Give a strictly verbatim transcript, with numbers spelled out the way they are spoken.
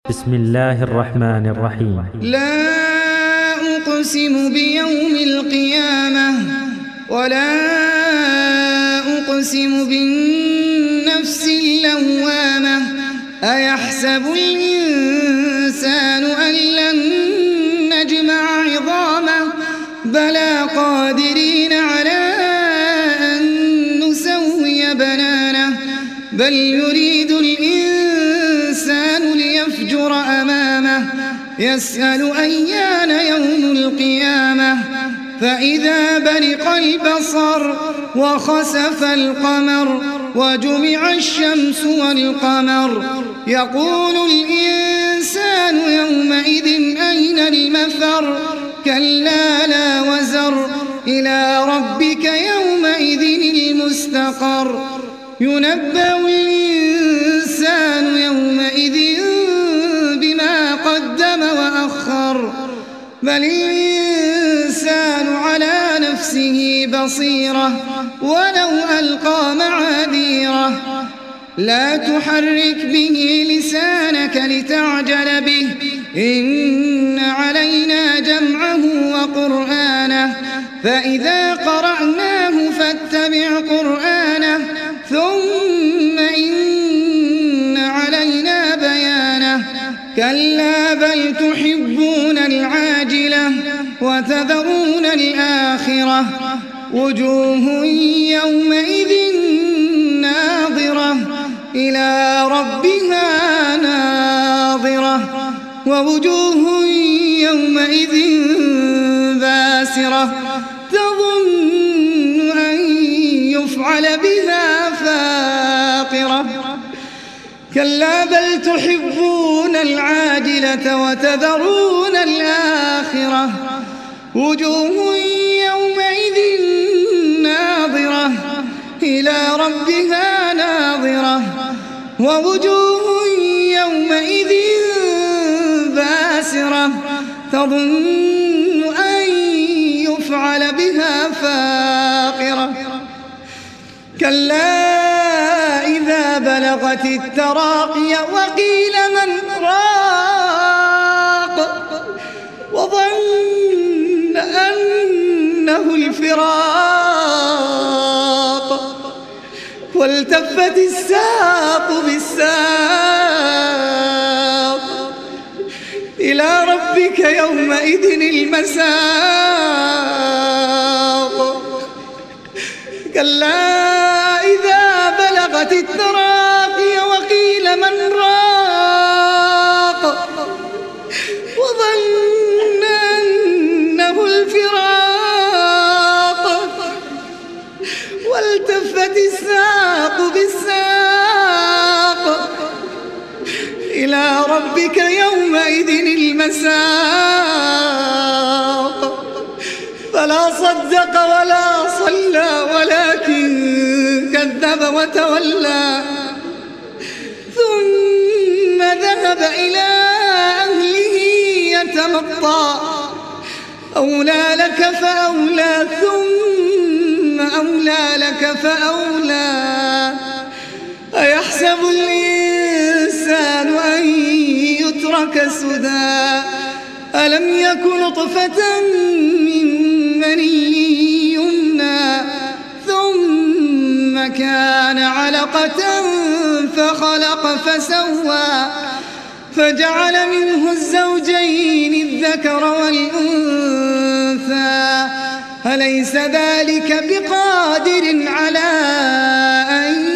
بسم الله الرحمن الرحيم. لا أقسم بيوم القيامة ولا أقسم بالنفس اللوامة أيحسب الإنسان أن لن نجمع عظامه بلى قادرين على أن نسوي بنانه بل يريد الإنسان ليفجر أمامه يسأل أيان يوم القيامة فإذا برق البصر وخسف القمر وجمع الشمس والقمر يقول الإنسان يومئذ أين المفر كلا لا وزر إلى ربك يومئذ المستقر ينبأ الإنسان يومئذ بما قدم وأخر بل الإنسان على نفسه بصيرة ولو ألقى معاذيره لا تحرك به لسانك لتعجل به إن علينا جمعه وقرآنه فإذا قرأناه فاتبع قرآنه ثم إن علينا بيانه كلا بل تحبون العاجلة وتذرون الآخرة وجوه يومئذ ناظرة إلى ربها ناظرة ووجوه يومئذ باسرة تظن أن يفعل بها فاقرة كلا بل تحبون العاجلة وتذرون الآخرة وجوه يومئذ ناظرة إلى ربها ناظرة ووجوه يومئذ باسرة تظن أن يفعل بها فاقرة كلا إذا بلغت التراقي وقيل من راق وظن أنه الفراق والتفت الساق بالساق إلى ربك يومئذ المساق كلا إذا بلغت التراقي وقيل من راق وظن أنه الفراق والتفت الساق بالساق إلى ربك يومئذ المساق فلا صدق ولا صلى ولكن كذب وتولى ثم ذهب إلى أهله يتمطى أولى لك فأولى ثم أولى لك فأولى أيحسب الإنسان أن يترك سدى ألم يكن نطفة من مني يمنى ثم كان علقة فخلق فسوى فجعل منه الزوجين الذكر والأنثى أليس ذلك بقادر على أن